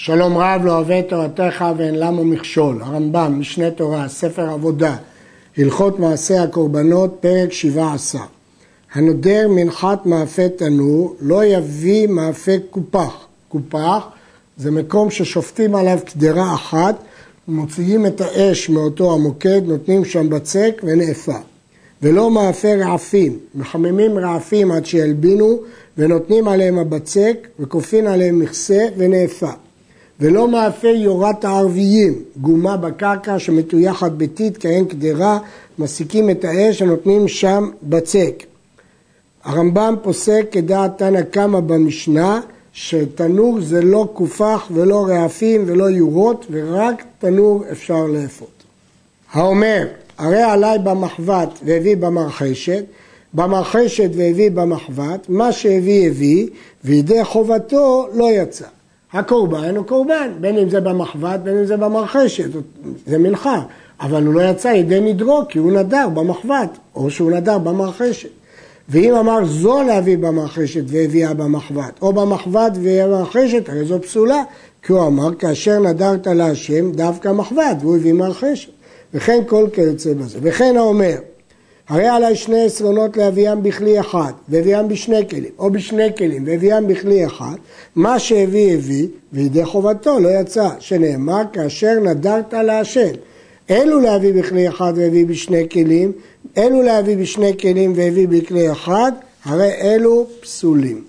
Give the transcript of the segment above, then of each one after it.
שלום רב לא אוהב את תורתך ואין למו מכשול. הרמב"ם, משנה תורה, ספר עבודה, הלכות מעשה הקורבנות, פרק 17. הנודר מנחת מאפה תנור לא יביא מאפה קופח. קופח זה מקום ששופטים עליו קדרה אחת, מוציאים את האש מאותו המוקד, נותנים שם בצק ונאפה. ולא מאפה רעפים, מחממים רעפים עד שילבינו ונותנים עליהם הבצק וכופין עליהם מכסה ונאפה. ולא מאפה יורת הערביים, גומה בקרקע שמטויחת ביתית כהן קדרה, מסיקים את האש ונותנים שם בצק. הרמב"ם פוסק כדעת תנא קמא במשנה, שתנור זה לא קופח ולא רעפים ולא יורות, ורק תנור אפשר לאפות. האומר, הרי עלי במחבת והביא במרחשת, במרחשת והביא במחבת, מה שהביא הביא, וידי חובתו לא יצא. הקורבן הוא קורבן, בין אם זה במחבת, בין אם זה במרחשת, זה מנחה, אבל הוא לא יצא ידי נדרו, כי הוא נדר במחבת, או שהוא נדר במרחשת. ואם אמר זו להביא במרחשת והביאה במחבת, או במחבת והביאה במרחשת, הרי זו פסולה, כי הוא אמר, כאשר נדרת להשם, דווקא מחבת, והוא הביא מרחשת. וכן כל כיוצא בזה. וכן האומר, הרי עלי שני עשרונות להביאם בכלי אחד, והביאם בשני כלים, או בשני כלים, והביאם בכלי אחד, מה שהביא הביא, וידי חובתו לא יצא, שנאמר, כאשר נדרת להשם. אלו להביא בכלי אחד והביא בשני כלים, אלו להביא בשני כלים והביא בכלי אחד, הרי אלו פסולים.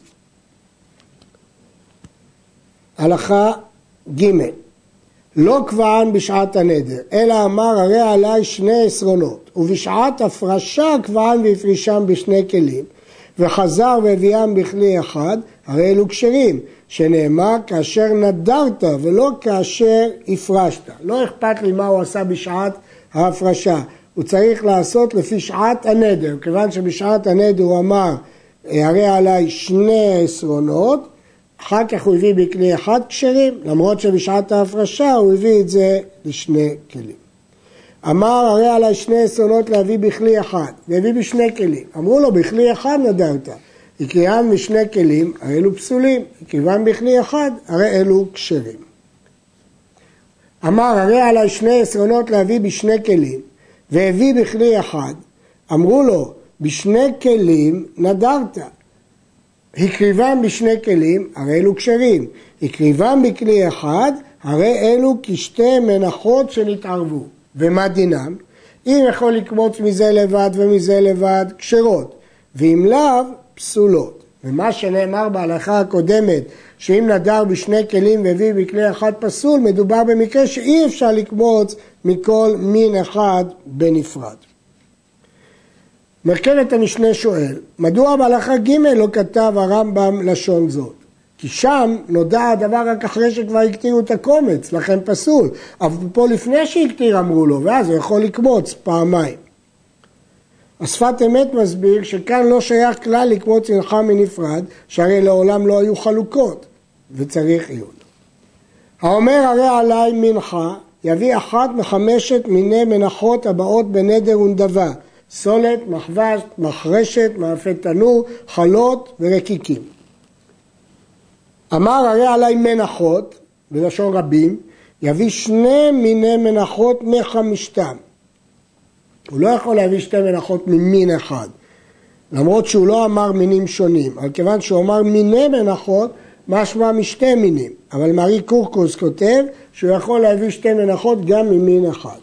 הלכה ג' לא קבען בשעת הנדר, אלא אמר הרי עלי שני עשרונות, ובשעת הפרשה קבען והפרישם בשני כלים, וחזר והביאם בכלי אחד, הרי אלו כשרים, שנאמר כאשר נדרת ולא כאשר הפרשת. לא אכפת לי מה הוא עשה בשעת ההפרשה, הוא צריך לעשות לפי שעת הנדר, כיוון שבשעת הנדר הוא אמר הרי עלי שני עשרונות, אחר כך הוא הביא בכלי אחד כשרים, למרות שבשעת ההפרשה הוא הביא את זה לשני כלים. אמר הרי עלי שני עשרונות להביא בכלי אחד, והביא בשני כלים. אמרו לו בכלי אחד נדרת, יקריאם בשני כלים, הרי אלו פסולים, יקריאם בכלי אחד, הרי אלו כשרים. אמר הרי עלי שני עשרונות להביא בשני כלים, והביא בכלי אחד, אמרו לו בשני כלים נדרת. הקריבם בשני כלים, הרי אלו כשרים. הקריבם בכלי אחד, הרי אלו כשתי מנחות שנתערבו. ומה דינם? אם יכול לקמוץ מזה לבד ומזה לבד, כשרות. ואם לאו, פסולות. ומה שנאמר בהלכה הקודמת, שאם נדר בשני כלים והביא בכלי אחד פסול, מדובר במקרה שאי אפשר לקמוץ מכל מין אחד בנפרד. מרכבת המשנה שואל, מדוע בהלכה ג' לא כתב הרמב"ם לשון זאת? כי שם נודע הדבר רק אחרי שכבר הקטירו את הקומץ, לכן פסול. אבל פה לפני שהקטיר אמרו לו, ואז הוא יכול לקמוץ פעמיים. השפת אמת מסביר שכאן לא שייך כלל לקמוץ מנחה מנפרד, שהרי לעולם לא היו חלוקות, וצריך עיון. האומר הרי עלי מנחה, יביא אחת מחמשת מיני מנחות הבאות בנדר ונדבה, סולת, מחבש, מחרשת, מאפה תנור, חלות ורקיקים. אמר הרי עלי מנחות, בלשון רבים, יביא שני מיני מנחות מחמישתם. הוא לא יכול להביא שתי מנחות ממין אחד, למרות שהוא לא אמר מינים שונים, אבל כיוון שהוא אמר מיני מנחות, משמע משתי מינים. אבל מארי קורקוס כותב שהוא יכול להביא שתי מנחות גם ממין אחד.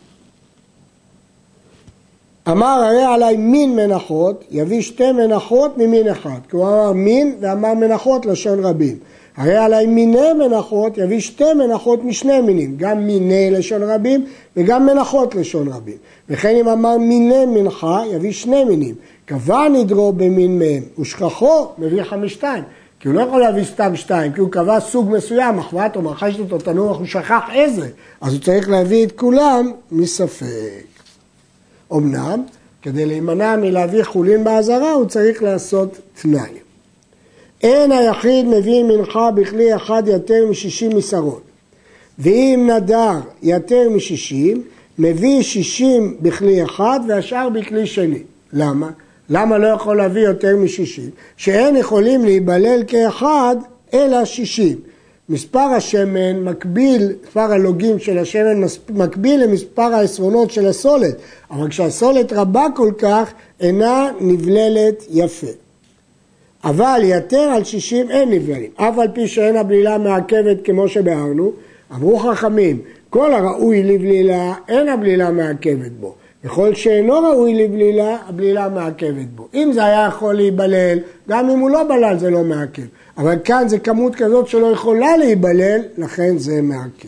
אמר הרי עלי מין מנחות, יביא שתי מנחות ממין אחד. כי הוא אמר מין ואמר מנחות לשון רבים. הרי עלי מיני מנחות, יביא שתי מנחות משני מינים. גם מיני לשון רבים וגם מנחות לשון רבים. וכן אם אמר מיני מנחה, יביא שני מינים. קבע נדרו במין מהם, ושכחו מביא חמישתיים. כי הוא לא יכול להביא סתם שתיים, כי הוא קבע סוג מסוים, מחבת או מרחשת או תנור, הוא שכח איזה. אז הוא צריך להביא את כולם מספק. אמנם, כדי להימנע מלהביא חולין בעזרה, הוא צריך לעשות תנאי. אין היחיד מביא מנחה בכלי אחד יותר מ60 מסרות. ואם נדר יותר מ60, מביא 60 בכלי אחד והשאר בכלי שני. למה? למה לא יכול להביא יותר מ60? שאין יכולים להיבלל כאחד אלא 60. מספר השמן מקביל, מספר הלוגים של השמן מקביל למספר העשרונות של הסולת, אבל כשהסולת רבה כל כך אינה נבללת יפה. אבל יתר על 60 אין נבללים, אף על פי שאין הבלילה מעכבת כמו שבהרנו, אמרו חכמים, כל הראוי לבלילה אין הבלילה מעכבת בו, וכל שאינו ראוי לבלילה, הבלילה מעכבת בו. אם זה היה יכול להיבלל, גם אם הוא לא בלל זה לא מעכב, אבל כאן זה כמות כזאת שלא יכולה להיבלל, לכן זה מעכב.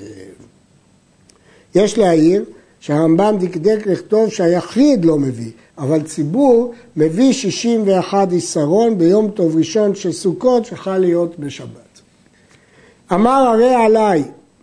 יש להעיר שהרמב"ם דקדק לכתוב שהיחיד לא מביא, אבל ציבור מביא 61 איסרון ביום טוב ראשון של סוכות שחל להיות בשבת. אמר הרי עליי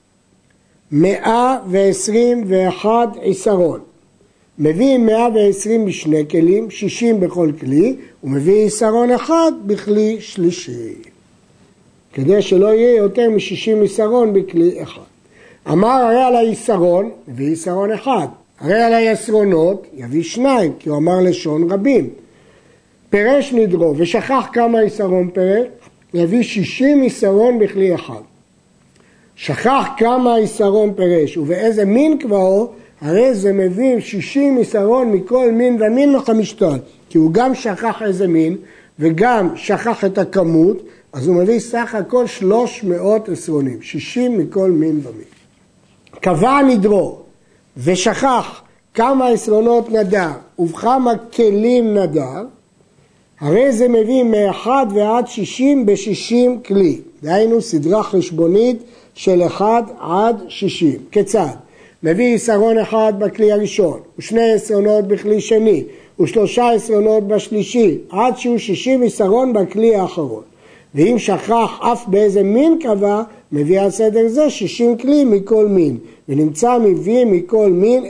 121 איסרון, מביא 120 בשני כלים, 60 בכל כלי, ומביא איסרון אחד בכלי שלישי, כדי שלא יהיה יותר מ-60 איסרון בכלי אחד. אמר הרי עליי איסרון, מביא איסרון אחד. הרי עליי עשרונות, יביא שניים, כי הוא אמר לשון רבים. פרש נדרו, ושכח כמה איסרון פרש, יביא 60 איסרון בכלי אחד. שכח כמה איסרון פרש, ובאיזה מין קבעו, הרי זה מביא 60 איסרון מכל מין ומין מחמישתן, כי הוא גם שכח איזה מין, וגם שכח את הכמות, אז הוא מביא סך הכל 300 עשרונים, 60 מכל מין ומין. קבע נדרו, ושכח כמה עשרונות נדר ובכמה כלים נדר, הרי זה מביא מ-1 ועד 60 ב-60 כלי. דהיינו סדרה חשבונית של 1 עד 60. כיצד? מביא עשרון אחד בכלי הראשון, ושני עשרונות בכלי שני, ושלושה עשרונות בשלישי, עד שהוא 60 עשרון בכלי האחרון. ואם שכח אף באיזה מין קבע, מביא על סדר זה 60 כלי מכל מין, ונמצא מביא מכל מין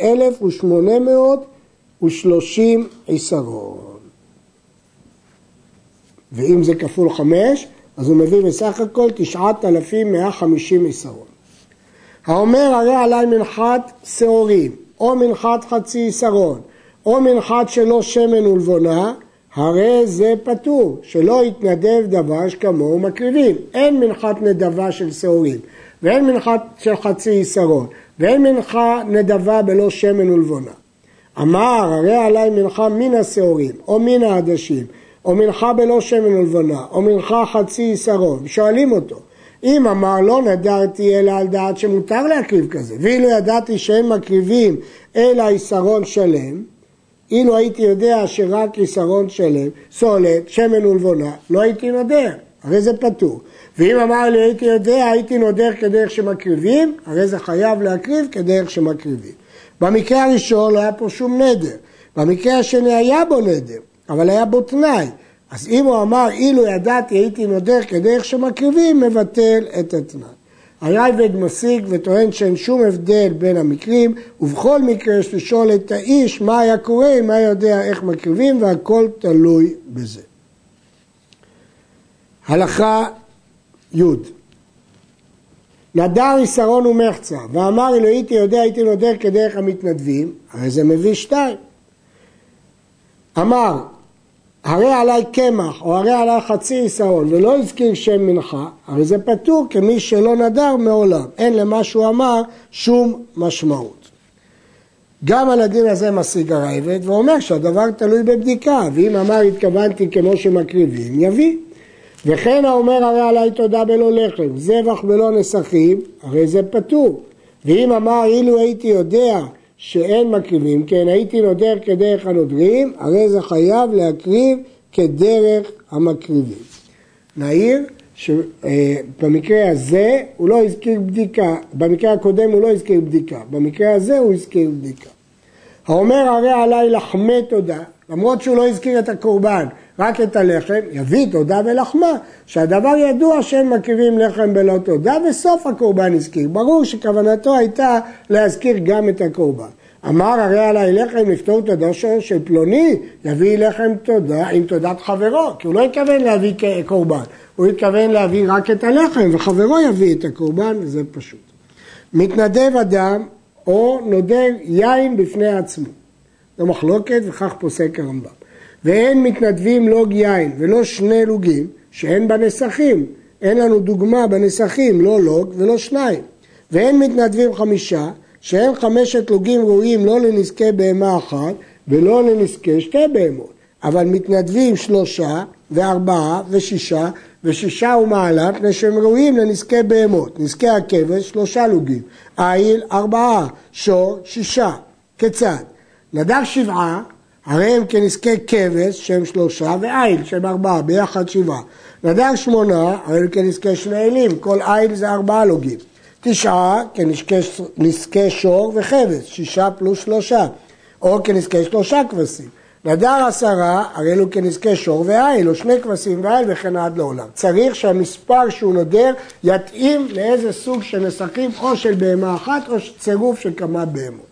1830 עשרון. ואם זה כפול 5, אז הוא מביא בסך הכל 9,150 עשרון. האומר הרי עליי מנחת שעורים, או מנחת חצי עשרון, או מנחת שלא שמן ולבונה, הרי זה פטור, שלא יתנדב דבר שכמוהו מקריבים. אין מנחת נדבה של שעורים, ואין מנחת של חצי עשרון, ואין מנחה נדבה בלא שמן ולבונה. אמר, הרי עליי מנחה מן השעורים, או מן העדשים, או מנחה בלא שמן ולבונה, או מנחה חצי עשרון, שואלים אותו, אם אמר לא נדרתי אלא על דעת שמותר להקריב כזה, ואילו ידעתי שהם מקריבים אלא עשרון שלם, אילו הייתי יודע שרק עשרון שלם, סולת, שמן ולבונה, לא הייתי נודר, הרי זה פטור. ואם אמר לי הייתי יודע, הייתי נודר כדרך שמקריבים, הרי זה חייב להקריב כדרך שמקריבים. במקרה הראשון לא היה פה שום נדר, במקרה השני היה בו נדר, אבל היה בו תנאי. אז אם הוא אמר אילו ידעתי הייתי נודר כדרך שמקריבים, מבטל את התנאי. הרייבד משיג וטוען שאין שום הבדל בין המקרים, ובכל מקרה יש לשאול את האיש מה היה קורה, אם היה יודע איך מקריבים, והכל תלוי בזה. הלכה י' נדר עשרון ומחצה, ואמר אילו הייתי יודע הייתי נודר כדרך המתנדבים, הרי זה מביא 2. אמר הרי עליי קמח או הרי עליי חצי עשרון ולא הזכיר שם מנחה, הרי זה פטור כמי שלא נדר מעולם, אין למה שהוא אמר שום משמעות. גם על הדין הזה משיג הרייבד ואומר שהדבר תלוי בבדיקה, ואם אמר התכוונתי כמו שמקריבים יביא. וכן האומר הרי עליי תודה בלא לחם, זבח בלא נסכים, הרי זה פטור. ואם אמר אילו הייתי יודע שאין מקריבים, כן הייתי נודר כדרך הנודרים, הרי זה חייב להקריב כדרך המקריבים. נעיר שבמקרה הזה הוא לא הזכיר בדיקה, במקרה הקודם הוא לא הזכיר בדיקה, במקרה הזה הוא הזכיר בדיקה. האומר הרי עליי לחמי תודה, למרות שהוא לא הזכיר את הקורבן, רק את הלחם, יביא תודה ולחמה, שהדבר ידוע שאין מקריבים לחם בלא תודה, וסוף הקורבן הזכיר. ברור שכוונתו הייתה להזכיר גם את הקורבן. אמר הרי עליי לחם לפתור תודה של פלוני, יביא לחם תודה עם תודת חברו, כי הוא לא התכוון להביא קורבן, הוא התכוון להביא רק את הלחם, וחברו יביא את הקורבן, זה פשוט. מתנדב אדם או נודר יין בפני עצמו. זו מחלוקת וכך פוסק הרמב"ם. ואין מתנדבים לוג יין ולא 2 לוגים שאין בנסחים, אין לנו דוגמה בנסחים, לא לוג ולא שניים. ואין מתנדבים 5, שאין 5 לוגים ראויים לא לנזקי בהמה אחת ולא לנזקי 2 בהמות. אבל מתנדבים 3 ו4 ו6 ו6 ומעלה, פני שהם ראויים לנזקי בהמות. נזקי הכבש 3 לוגים, איל 4, שור 6. כיצד? נדר 7, הרי הם כנזקי כבש שהם 3 ואיל שהם 4, ביחד 7. נדר 8, הרי הם כנזקי 2 אילים, כל איל זה 4 לוגים. 9 כנזקי שור וכבש, 6 פלוס 3, או כנזקי 3 כבשים. נדר 10, הרי אלו כנזקי שור ואיל, או 2 כבשים ואיל וכן עד לעולם. צריך שהמספר שהוא נודר יתאים לאיזה סוג של נסכים, או של בהמה אחת או צירוף של כמה בהמות.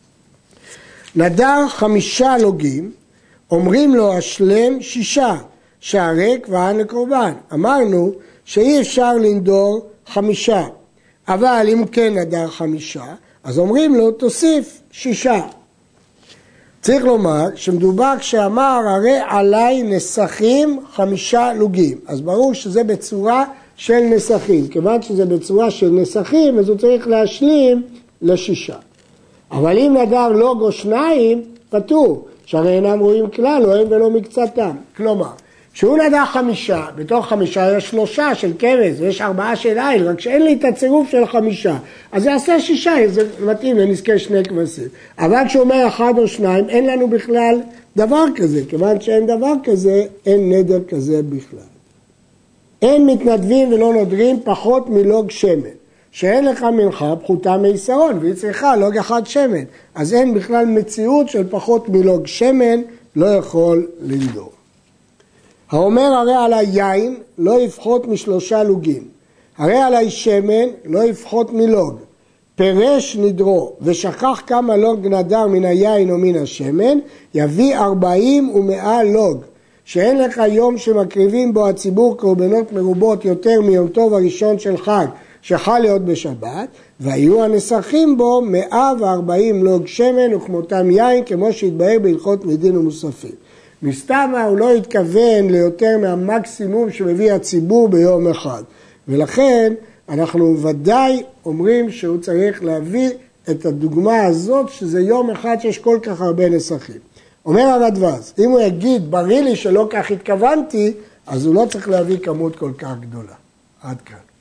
נדר 5 לוגים, אומרים לו השלם 6, שהריק וען לקורבן. אמרנו שאי אפשר לנדור 5, אבל אם כן נדר 5, אז אומרים לו תוסיף 6. צריך לומר שמדובר כשאמר הרי עליי נסכים 5 לוגים, אז ברור שזה בצורה של נסכים, כיוון שזה בצורה של נסכים אז הוא צריך להשלים ל6. אבל אם נדר לוג או 2 פטור, שהרי אינם רואים כלל, לא הם ולא מקצתם. כלומר, כשהוא נדר 5, בתוך 5 יש 3 של כבש, ויש 4 של איל, רק שאין לי את הצירוף של 5, אז זה יעשה 6, זה מתאים לנזקי 2 כבשים. אבל כשהוא אומר 1 או 2, אין לנו בכלל דבר כזה, כיוון שאין דבר כזה, אין נדר כזה בכלל. אין מתנדבים ולא נודרים פחות מלוג שמן. שאין לך מנחה פחותה מיסרון, והיא צריכה לוג 1 שמן. אז אין בכלל מציאות של פחות מלוג שמן, לא יכול לנדור. האומר הרי עלי יין לא יפחות מ3 לוגים. הרי עלי שמן לא יפחות מלוג. פרש נדרו ושכח כמה לוג נדר מן היין או מן השמן, יביא 40 ו100 לוג. שאין לך יום שמקריבים בו הציבור קורבנות מרובות יותר מיום טוב הראשון של חג, שחל להיות בשבת, והיו הנסכים בו 140 לוג שמן וכמותם יין, כמו שהתבהר בהלכות מדין ומוספים. מסתמה הוא לא התכוון ליותר מהמקסימום שמביא הציבור ביום אחד. ולכן אנחנו ודאי אומרים שהוא צריך להביא את הדוגמה הזאת, שזה יום אחד שיש כל כך הרבה נסכים. אומר הרדב"ז, אם הוא יגיד, בריא לי שלא כך התכוונתי, אז הוא לא צריך להביא כמות כל כך גדולה. עד כאן.